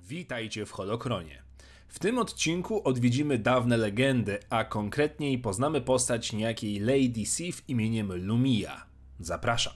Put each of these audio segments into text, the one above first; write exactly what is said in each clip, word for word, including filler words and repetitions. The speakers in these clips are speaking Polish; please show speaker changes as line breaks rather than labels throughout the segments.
Witajcie w Holokronie. W tym odcinku odwiedzimy dawne legendy, a konkretniej poznamy postać niejakiej Lady Sif imieniem Lumiya. Zapraszam.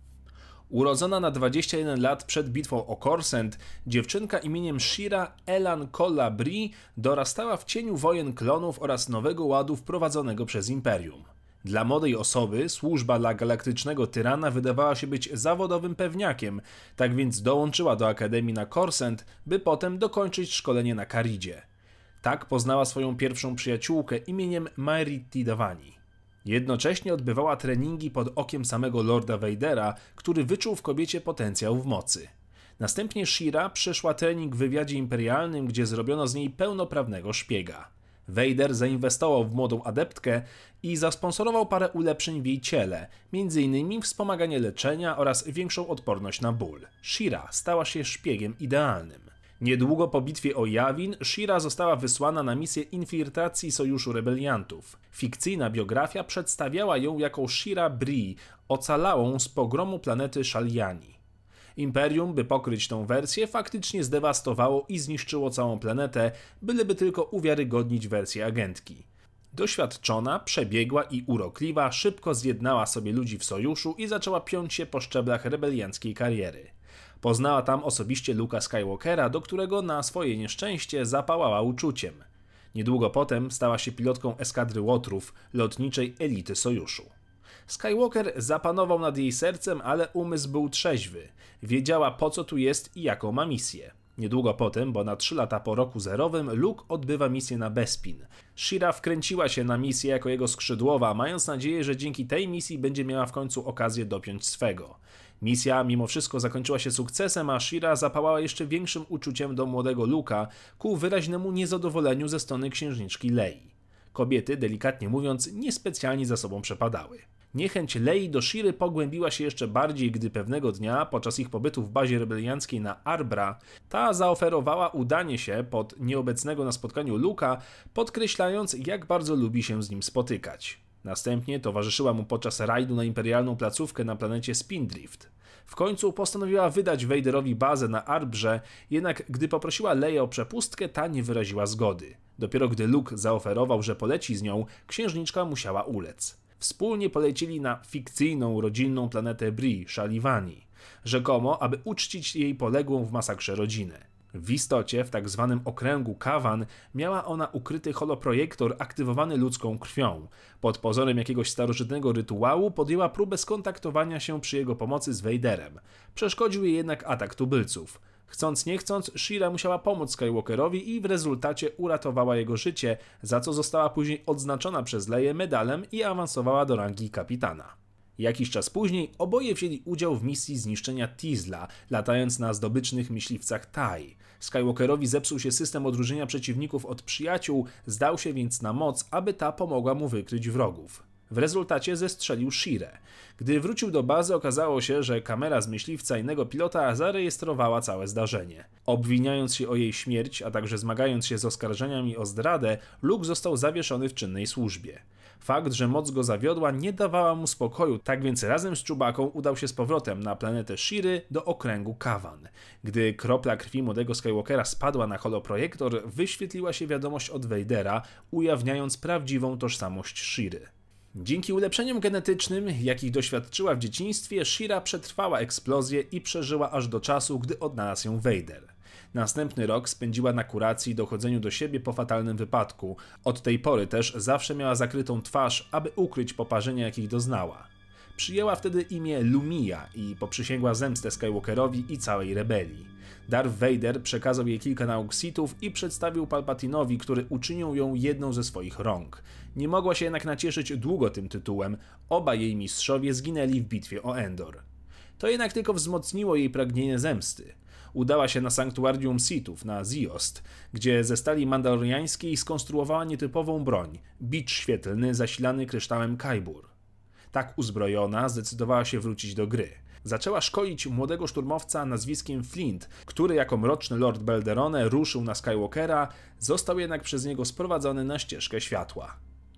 Urodzona na dwadzieścia jeden lat przed bitwą o Khorsent, dziewczynka imieniem Shira Elan Colla Bree dorastała w cieniu wojen klonów oraz nowego ładu wprowadzonego przez Imperium. Dla młodej osoby służba dla galaktycznego tyrana wydawała się być zawodowym pewniakiem, tak więc dołączyła do Akademii na Khorsent, by potem dokończyć szkolenie na Karidzie. Tak poznała swoją pierwszą przyjaciółkę imieniem Maeriti Davani. Jednocześnie odbywała treningi pod okiem samego Lorda Vadera, który wyczuł w kobiecie potencjał w mocy. Następnie Shira przeszła trening w wywiadzie imperialnym, gdzie zrobiono z niej pełnoprawnego szpiega. Vader zainwestował w młodą adeptkę i zasponsorował parę ulepszeń w jej ciele, między innymi wspomaganie leczenia oraz większą odporność na ból. Shira stała się szpiegiem idealnym. Niedługo po bitwie o Yavin Shira została wysłana na misję infiltracji Sojuszu Rebeliantów. Fikcyjna biografia przedstawiała ją jako Shira Bree, ocalałą z pogromu planety Shaliani. Imperium, by pokryć tą wersję, faktycznie zdewastowało i zniszczyło całą planetę, byleby tylko uwiarygodnić wersję agentki. Doświadczona, przebiegła i urokliwa, szybko zjednała sobie ludzi w sojuszu i zaczęła piąć się po szczeblach rebelianckiej kariery. Poznała tam osobiście Luke'a Skywalkera, do którego na swoje nieszczęście zapałała uczuciem. Niedługo potem stała się pilotką eskadry łotrów, lotniczej elity sojuszu. Skywalker zapanował nad jej sercem, ale umysł był trzeźwy. Wiedziała, po co tu jest i jaką ma misję. Niedługo potem, bo na trzy lata po roku zerowym, Luke odbywa misję na Bespin. Shira wkręciła się na misję jako jego skrzydłowa, mając nadzieję, że dzięki tej misji będzie miała w końcu okazję dopiąć swego. Misja mimo wszystko zakończyła się sukcesem, a Shira zapałała jeszcze większym uczuciem do młodego Luke'a ku wyraźnemu niezadowoleniu ze strony księżniczki Lei. Kobiety, delikatnie mówiąc, niespecjalnie za sobą przepadały. Niechęć Lei do Shiry pogłębiła się jeszcze bardziej, gdy pewnego dnia, podczas ich pobytu w bazie rebelianckiej na Arbra, ta zaoferowała udanie się pod nieobecnego na spotkaniu Luke'a, podkreślając, jak bardzo lubi się z nim spotykać. Następnie towarzyszyła mu podczas rajdu na imperialną placówkę na planecie Spindrift. W końcu postanowiła wydać Vaderowi bazę na Arbrze, jednak gdy poprosiła Leię o przepustkę, ta nie wyraziła zgody. Dopiero gdy Luke zaoferował, że poleci z nią, księżniczka musiała ulec. Wspólnie polecili na fikcyjną, rodzinną planetę Bree, Shalivani, rzekomo, aby uczcić jej poległą w masakrze rodzinę. W istocie, w tak zwanym okręgu Kavan, miała ona ukryty holoprojektor aktywowany ludzką krwią. Pod pozorem jakiegoś starożytnego rytuału podjęła próbę skontaktowania się przy jego pomocy z Vaderem. Przeszkodził jej jednak atak tubylców. Chcąc nie chcąc, Shira musiała pomóc Skywalkerowi i w rezultacie uratowała jego życie, za co została później odznaczona przez Leię medalem i awansowała do rangi kapitana. Jakiś czas później oboje wzięli udział w misji zniszczenia Tizla, latając na zdobycznych myśliwcach TIE. Skywalkerowi zepsuł się system odróżnienia przeciwników od przyjaciół, zdał się więc na moc, aby ta pomogła mu wykryć wrogów. W rezultacie zestrzelił Shirę. Gdy wrócił do bazy, okazało się, że kamera z myśliwca innego pilota zarejestrowała całe zdarzenie. Obwiniając się o jej śmierć, a także zmagając się z oskarżeniami o zdradę, Luke został zawieszony w czynnej służbie. Fakt, że moc go zawiodła, nie dawała mu spokoju, tak więc razem z Chewbacą udał się z powrotem na planetę Shiry do okręgu Kavan. Gdy kropla krwi młodego Skywalkera spadła na holoprojektor, wyświetliła się wiadomość od Vadera, ujawniając prawdziwą tożsamość Shiry. Dzięki ulepszeniom genetycznym, jakich doświadczyła w dzieciństwie, Shira przetrwała eksplozję i przeżyła aż do czasu, gdy odnalazł ją Vader. Następny rok spędziła na kuracji i dochodzeniu do siebie po fatalnym wypadku. Od tej pory też zawsze miała zakrytą twarz, aby ukryć poparzenia, jakich doznała. Przyjęła wtedy imię Lumiya i poprzysięgła zemstę Skywalkerowi i całej rebelii. Darth Vader przekazał jej kilka nauk Sithów i przedstawił Palpatinowi, który uczynił ją jedną ze swoich rąk. Nie mogła się jednak nacieszyć długo tym tytułem, obaj jej mistrzowie zginęli w bitwie o Endor. To jednak tylko wzmocniło jej pragnienie zemsty. Udała się na sanktuarium Sithów, na Ziost, gdzie ze stali mandaloriańskiej skonstruowała nietypową broń, bicz świetlny zasilany kryształem Kaibur. Tak uzbrojona zdecydowała się wrócić do gry. Zaczęła szkolić młodego szturmowca nazwiskiem Flint, który jako mroczny Lord Belderone ruszył na Skywalkera, został jednak przez niego sprowadzony na ścieżkę światła.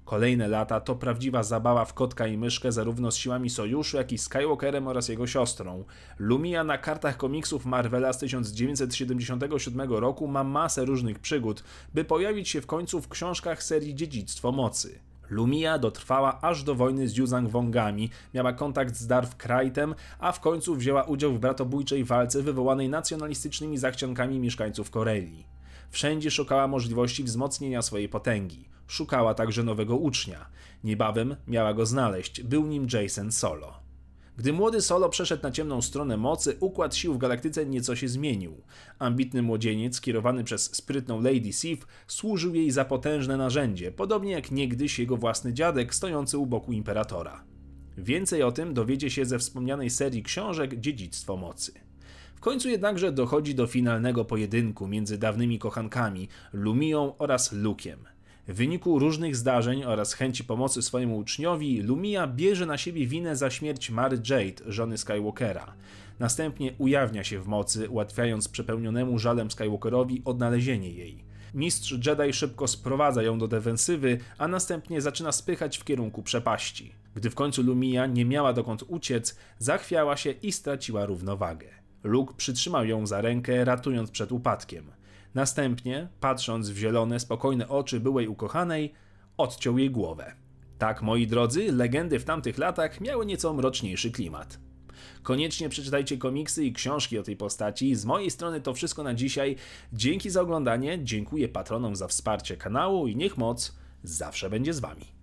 Kolejne lata to prawdziwa zabawa w kotka i myszkę zarówno z siłami Sojuszu, jak i Skywalkerem oraz jego siostrą. Lumia na kartach komiksów Marvela z tysiąc dziewięćset siedemdziesiątego siódmego roku ma masę różnych przygód, by pojawić się w końcu w książkach serii Dziedzictwo Mocy. Lumia dotrwała aż do wojny z Yuzang-Wongami, miała kontakt z Darth Kraytem, a w końcu wzięła udział w bratobójczej walce wywołanej nacjonalistycznymi zachciankami mieszkańców Koreli. Wszędzie szukała możliwości wzmocnienia swojej potęgi. Szukała także nowego ucznia. Niebawem miała go znaleźć, był nim Jacen Solo. Gdy młody Solo przeszedł na ciemną stronę mocy, układ sił w galaktyce nieco się zmienił. Ambitny młodzieniec, skierowany przez sprytną Lady Sif, służył jej za potężne narzędzie, podobnie jak niegdyś jego własny dziadek stojący u boku Imperatora. Więcej o tym dowiedzie się ze wspomnianej serii książek Dziedzictwo Mocy. W końcu jednakże dochodzi do finalnego pojedynku między dawnymi kochankami, Lumią oraz Luke'em. W wyniku różnych zdarzeń oraz chęci pomocy swojemu uczniowi, Lumia bierze na siebie winę za śmierć Mary Jade, żony Skywalkera. Następnie ujawnia się w mocy, ułatwiając przepełnionemu żalem Skywalkerowi odnalezienie jej. Mistrz Jedi szybko sprowadza ją do defensywy, a następnie zaczyna spychać w kierunku przepaści. Gdy w końcu Lumia nie miała dokąd uciec, zachwiała się i straciła równowagę. Luke przytrzymał ją za rękę, ratując przed upadkiem. Następnie, patrząc w zielone, spokojne oczy byłej ukochanej, odciął jej głowę. Tak, moi drodzy, legendy w tamtych latach miały nieco mroczniejszy klimat. Koniecznie przeczytajcie komiksy i książki o tej postaci. Z mojej strony to wszystko na dzisiaj. Dzięki za oglądanie, dziękuję patronom za wsparcie kanału i niech moc zawsze będzie z wami.